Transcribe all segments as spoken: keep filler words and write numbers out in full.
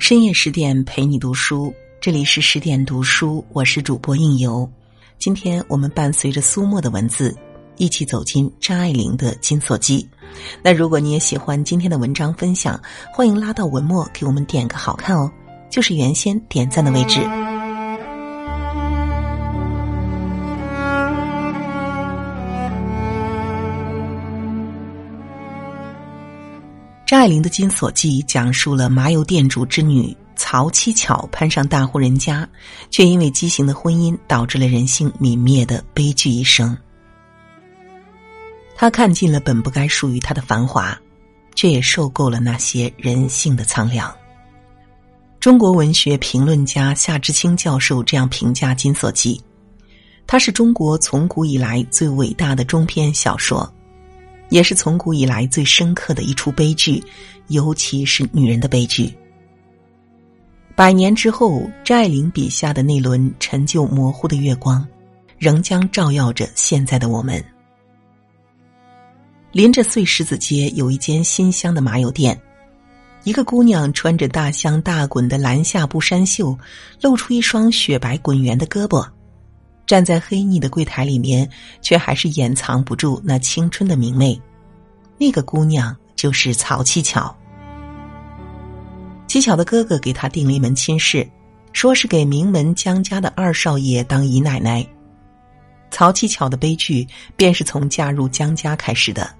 深夜十点陪你读书，这里是十点读书，我是主播应由。今天我们伴随着苏沫的文字，一起走进张爱玲的金锁记。那如果你也喜欢今天的文章分享，欢迎拉到文末给我们点个好看哦，就是原先点赞的位置。张爱玲的《金锁记》讲述了麻油店主之女曹七巧攀上大户人家，却因为畸形的婚姻导致了人性泯灭的悲剧一生。她看尽了本不该属于她的繁华，却也受够了那些人性的苍凉。中国文学评论家夏志清教授这样评价《金锁记》，它是中国从古以来最伟大的中篇小说，也是从古以来最深刻的一出悲剧，尤其是女人的悲剧。百年之后，张爱玲笔下的那轮陈旧模糊的月光，仍将照耀着现在的我们。临着碎石子街有一间新香的麻油店，一个姑娘穿着大香大滚的蓝下布衫袖，露出一双雪白滚圆的胳膊，站在黑腻的柜台里面，却还是掩藏不住那青春的明媚。那个姑娘就是曹七巧。七巧的哥哥给她定了一门亲事，说是给名门江家的二少爷当姨奶奶。曹七巧的悲剧便是从嫁入江家开始的。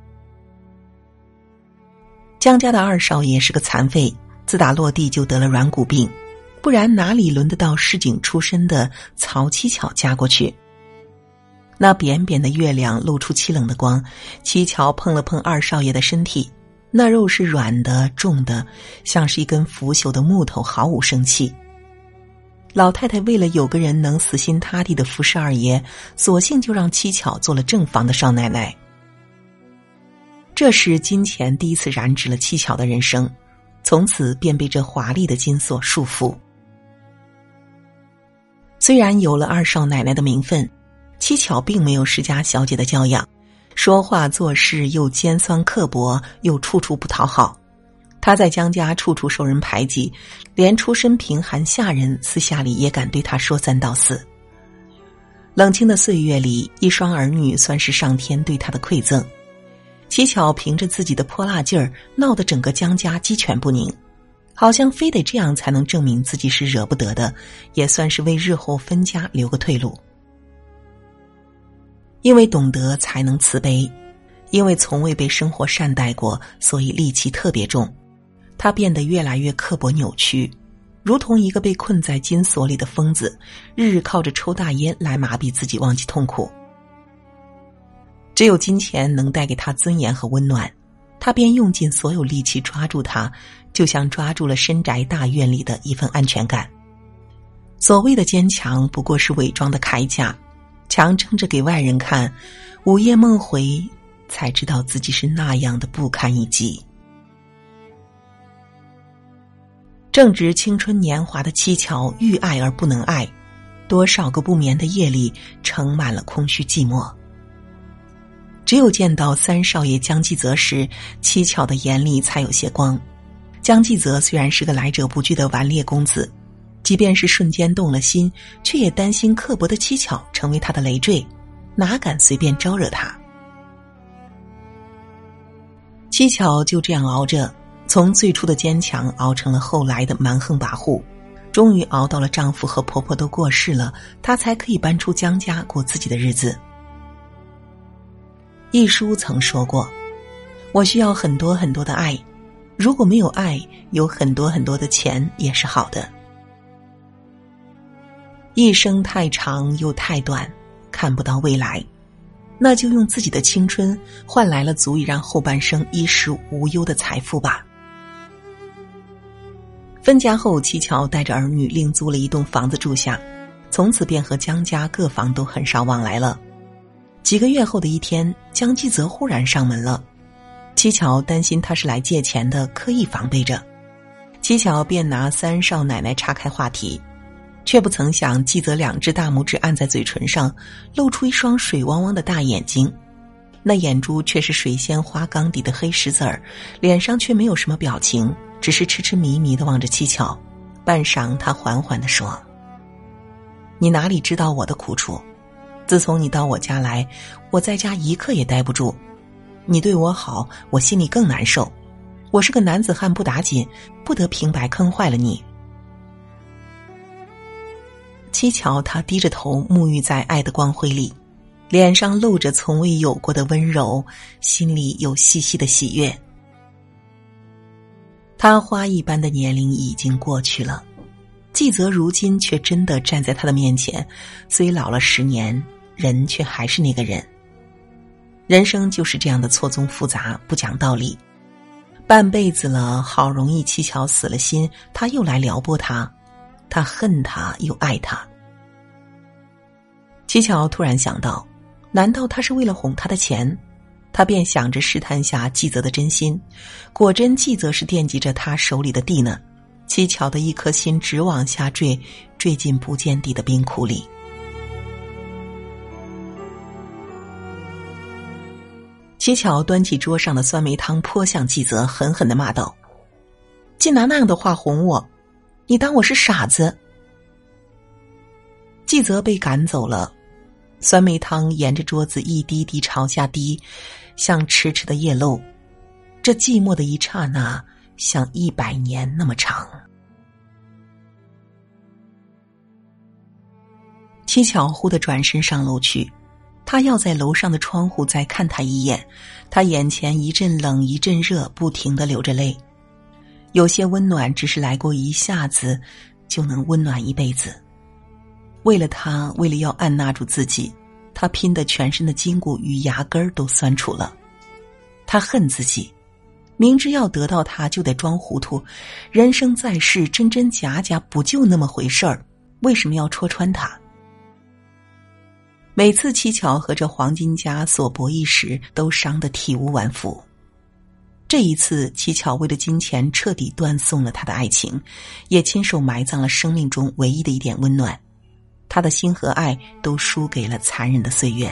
江家的二少爷是个残废，自打落地就得了软骨病，不然哪里轮得到市井出身的曹七巧嫁过去。那扁扁的月亮露出凄冷的光，七巧碰了碰二少爷的身体，那肉是软的重的，像是一根腐朽的木头，毫无生气。老太太为了有个人能死心塌地的服侍二爷，索性就让七巧做了正房的少奶奶。这时金钱第一次染指了七巧的人生，从此便被这华丽的金锁束缚。虽然有了二少奶奶的名分，七巧并没有世家小姐的教养，说话做事又尖酸刻薄，又处处不讨好。她在江家处处受人排挤，连出身贫寒下人私下里也敢对她说三道四。冷清的岁月里，一双儿女算是上天对她的馈赠。七巧凭着自己的泼辣劲儿，闹得整个江家鸡犬不宁，好像非得这样才能证明自己是惹不得的，也算是为日后分家留个退路。因为懂得才能慈悲，因为从未被生活善待过，所以戾气特别重。他变得越来越刻薄扭曲，如同一个被困在金锁里的疯子，日日靠着抽大烟来麻痹自己，忘记痛苦。只有金钱能带给他尊严和温暖，他便用尽所有力气抓住它，就像抓住了深宅大院里的一份安全感。所谓的坚强不过是伪装的铠甲，强撑着给外人看，午夜梦回才知道自己是那样的不堪一击。正值青春年华的七巧欲爱而不能爱，多少个不眠的夜里盛满了空虚寂寞。只有见到三少爷江继泽时，七巧的眼里才有些光。江继泽虽然是个来者不拒的顽劣公子，即便是瞬间动了心，却也担心刻薄的七巧成为他的累赘，哪敢随便招惹他。七巧就这样熬着，从最初的坚强熬成了后来的蛮横跋扈，终于熬到了丈夫和婆婆都过世了，她才可以搬出江家过自己的日子。一书曾说过，我需要很多很多的爱，如果没有爱，有很多很多的钱也是好的。一生太长又太短，看不到未来，那就用自己的青春换来了足以让后半生衣食无忧的财富吧。分家后，七巧带着儿女另租了一栋房子住下，从此便和江家各房都很少往来了。几个月后的一天，江继泽忽然上门了，七巧担心他是来借钱的，刻意防备着。七巧便拿三少奶奶岔开话题，却不曾想继泽两只大拇指按在嘴唇上，露出一双水汪汪的大眼睛。 那眼珠却是水仙花缸底的黑石子儿，脸上却没有什么表情，只是痴痴迷迷地望着七巧。半晌，他缓缓地说：你哪里知道我的苦处？自从你到我家来，我在家一刻也待不住。你对我好，我心里更难受。我是个男子汉不打紧，不得平白坑坏了你。七巧他低着头沐浴在爱的光辉里，脸上露着从未有过的温柔，心里有细细的喜悦。他花一般的年龄已经过去了，纪泽如今却真的站在他的面前，虽老了十年，人却还是那个人。人生就是这样的错综复杂，不讲道理。半辈子了，好容易七巧死了心，他又来撩拨他，他恨他又爱他。七巧突然想到，难道他是为了哄他的钱？他便想着试探下纪泽的真心，果真纪泽是惦记着他手里的地呢。七巧的一颗心直往下坠，坠进不见底的冰窟里。七巧端起桌上的酸梅汤泼向纪泽，狠狠地骂道：竟拿那样的话哄我，你当我是傻子？纪泽被赶走了，酸梅汤沿着桌子一滴滴朝下滴，像迟迟的夜漏。这寂寞的一刹那，像一百年那么长。七巧忽地转身上楼去，他要在楼上的窗户再看他一眼，他眼前一阵冷一阵热，不停地流着泪。有些温暖只是来过一下子，就能温暖一辈子。为了他，为了要按捺住自己，他拼得全身的筋骨与牙根都酸楚了。他恨自己，明知要得到他就得装糊涂，人生在世真真假假不就那么回事儿，为什么要戳穿他？每次七巧和这黄金家所博弈时，都伤得体无完肤。这一次，七巧为了金钱彻底断送了他的爱情，也亲手埋葬了生命中唯一的一点温暖。他的心和爱都输给了残忍的岁月。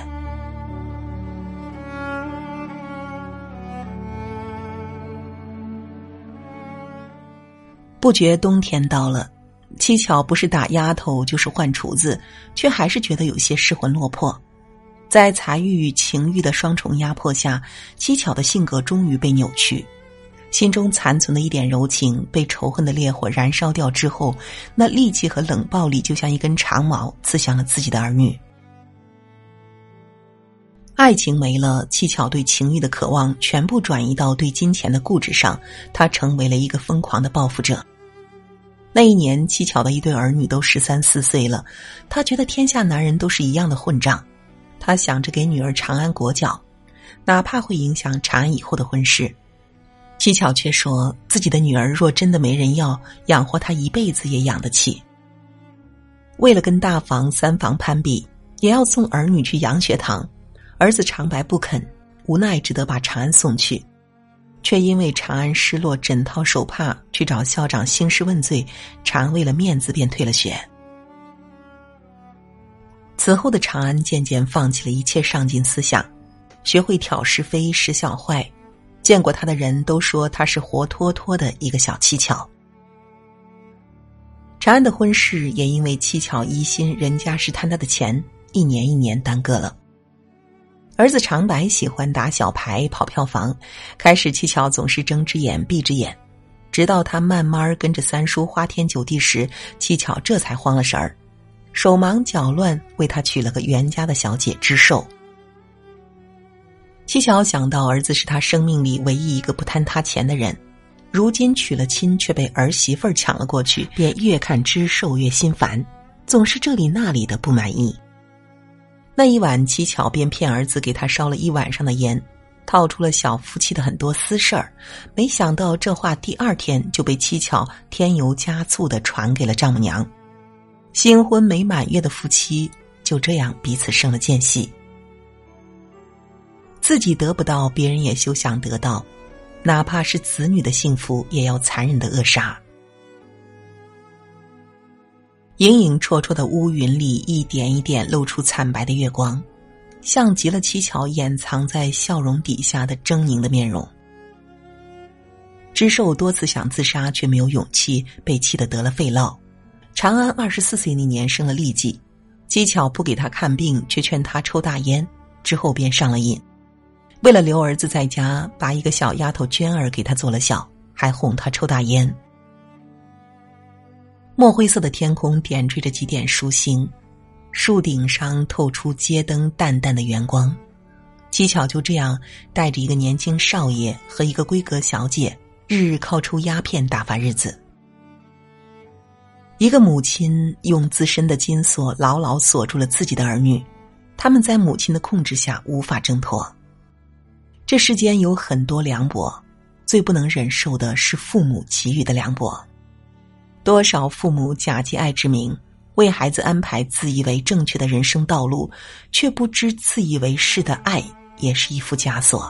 不觉冬天到了，七巧不是打丫头就是换厨子，却还是觉得有些失魂落魄。在财欲与情欲的双重压迫下，七巧的性格终于被扭曲，心中残存的一点柔情被仇恨的烈火燃烧掉之后，那戾气和冷暴力就像一根长矛刺向了自己的儿女。爱情没了，七巧对情欲的渴望全部转移到对金钱的固执上，她成为了一个疯狂的报复者。那一年，七巧的一对儿女都十三四岁了，她觉得天下男人都是一样的混账，她想着给女儿长安裹脚，哪怕会影响长安以后的婚事。七巧却说自己的女儿若真的没人要，养活她一辈子也养得起。为了跟大房三房攀比，也要送儿女去洋学堂，儿子长白不肯，无奈只得把长安送去，却因为长安失落枕套手帕，去找校长兴师问罪，长安为了面子便退了学。此后的长安渐渐放弃了一切上进思想，学会挑是非识小坏，见过他的人都说他是活脱脱的一个小七巧。长安的婚事也因为七巧疑心人家是贪他的钱，一年一年耽搁了。儿子长白喜欢打小牌跑票房，开始七巧总是睁只眼闭只眼，直到他慢慢跟着三叔花天酒地时，七巧这才慌了神儿，手忙脚乱为他娶了个袁家的小姐知寿。七巧想到儿子是他生命里唯一一个不贪他钱的人，如今娶了亲却被儿媳妇儿抢了过去，便越看知寿越心烦，总是这里那里的不满意。那一晚，七巧便骗儿子给他烧了一晚上的烟，套出了小夫妻的很多私事儿。没想到这话第二天就被七巧添油加醋地传给了丈母娘。新婚没满月的夫妻就这样彼此生了间隙。自己得不到，别人也休想得到，哪怕是子女的幸福，也要残忍的扼杀。隐隐绰绰的乌云里，一点一点露出惨白的月光， 像极了七巧掩藏在笑容底下的狰狞的面容。知寿多次想自杀，却没有勇气，被气得得了肺痨。长安二十四岁那年生了痢疾，七巧不给他看病，却劝他抽大烟，之后便上了瘾。为了留儿子在家，把一个小丫头娟儿给他做了小，还哄他抽大烟。墨灰色的天空点缀着几点疏星，树顶上透出街灯淡淡的圆光。七巧就这样带着一个年轻少爷和一个闺阁小姐，日日靠抽鸦片打发日子。一个母亲用自身的金锁牢牢锁住了自己的儿女，他们在母亲的控制下无法挣脱。这世间有很多凉薄，最不能忍受的是父母给予的凉薄。多少父母假借爱之名，为孩子安排自以为正确的人生道路，却不知自以为是的爱也是一副枷锁。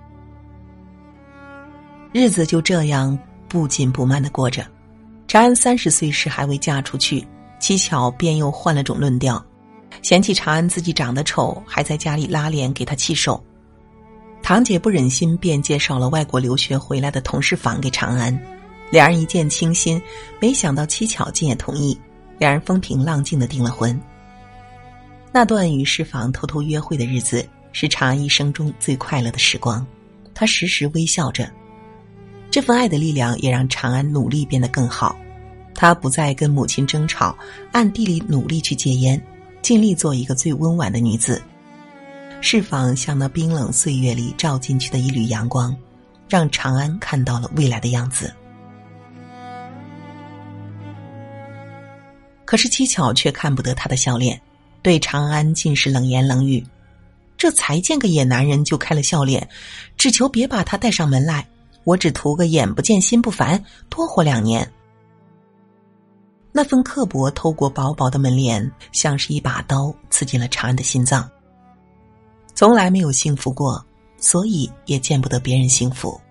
日子就这样不紧不慢地过着。长安三十岁时还未嫁出去，七巧便又换了种论调，嫌弃长安自己长得丑，还在家里拉脸给他气受。堂姐不忍心，便介绍了外国留学回来的同事房给长安。两人一见倾心，没想到七巧竟也同意，两人风平浪静地订了婚。那段与世房偷偷约会的日子，是长安一生中最快乐的时光。他时时微笑着，这份爱的力量也让长安努力变得更好。他不再跟母亲争吵，暗地里努力去戒烟，尽力做一个最温婉的女子。世房像那冰冷岁月里照进去的一缕阳光，让长安看到了未来的样子。可是七巧却看不得他的笑脸，对长安尽是冷言冷语。这才见个野男人就开了笑脸，只求别把他带上门来，我只图个眼不见心不烦，多活两年。那份刻薄透过薄薄的门帘，像是一把刀刺进了长安的心脏。从来没有幸福过，所以也见不得别人幸福。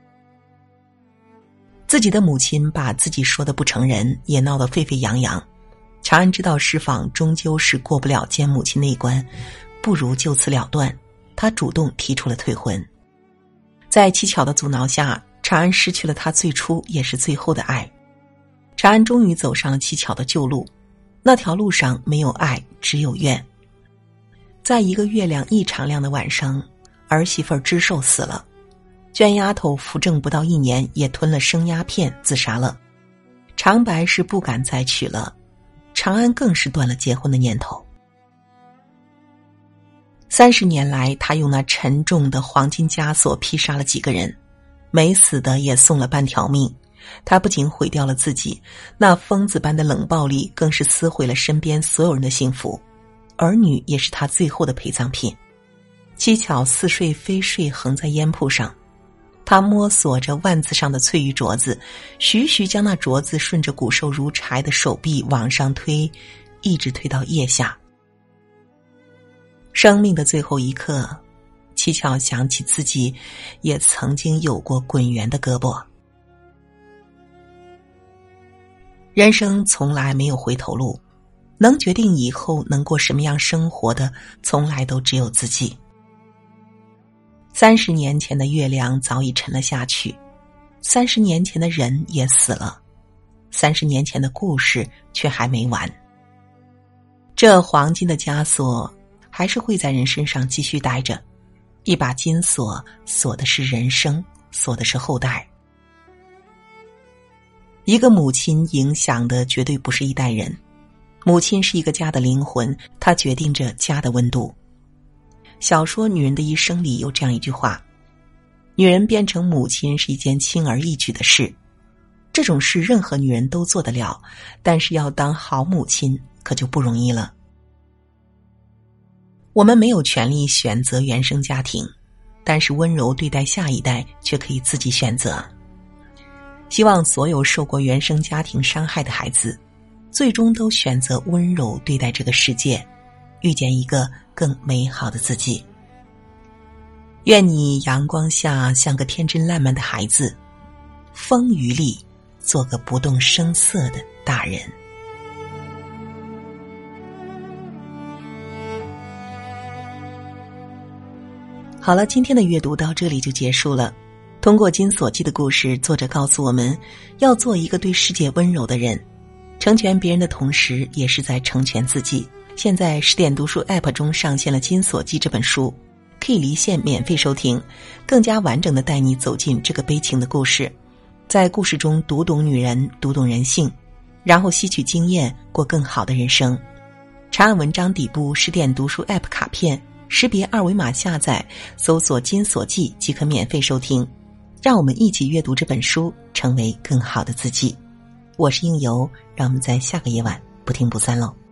自己的母亲把自己说的不成人，也闹得沸沸扬扬。长安知道世房终究是过不了见母亲那一关，不如就此了断。他主动提出了退婚。在七巧的阻挠下，长安失去了他最初也是最后的爱。长安终于走上了七巧的旧路，那条路上没有爱，只有怨。在一个月亮异常亮的晚上，儿媳妇知寿死了，娟丫头扶正不到一年，也吞了生鸦片自杀了。长白是不敢再娶了，长安更是断了结婚的念头。三十年来，他用那沉重的黄金枷锁劈杀了几个人，没死的也送了半条命。他不仅毁掉了自己，那疯子般的冷暴力更是撕毁了身边所有人的幸福，儿女也是他最后的陪葬品。七巧似睡非睡横在烟铺上，他摸索着腕子上的翠玉镯子，徐徐将那镯子顺着骨瘦如柴的手臂往上推，一直推到腋下。生命的最后一刻，七巧想起自己也曾经有过滚圆的胳膊。人生从来没有回头路，能决定以后能过什么样生活的，从来都只有自己。三十年前的月亮早已沉了下去，三十年前的人也死了，三十年前的故事却还没完。这黄金的枷锁还是会在人身上继续待着，一把金锁锁的是人生，锁的是后代。一个母亲影响的绝对不是一代人，母亲是一个家的灵魂，她决定着家的温度。小说《女人的一生》里有这样一句话：女人变成母亲是一件轻而易举的事，这种事任何女人都做得了，但是要当好母亲可就不容易了。我们没有权利选择原生家庭，但是温柔对待下一代却可以自己选择。希望所有受过原生家庭伤害的孩子，最终都选择温柔对待这个世界，遇见一个更美好的自己。愿你阳光下像个天真烂漫的孩子，风雨里做个不动声色的大人。 好了，今天的阅读到这里就结束了。通过金锁记的故事，作者告诉我们要做一个对世界温柔的人，成全别人的同时也是在成全自己。现在十点读书 App 中上线了金锁记这本书，可以离线免费收听，更加完整地带你走进这个悲情的故事，在故事中读懂女人，读懂人性，然后吸取经验，过更好的人生。查看文章底部十点读书 App 卡片，识别二维码下载，搜索金锁记即可免费收听。让我们一起阅读这本书，成为更好的自己。我是应由，让我们在下个夜晚不听不散喽。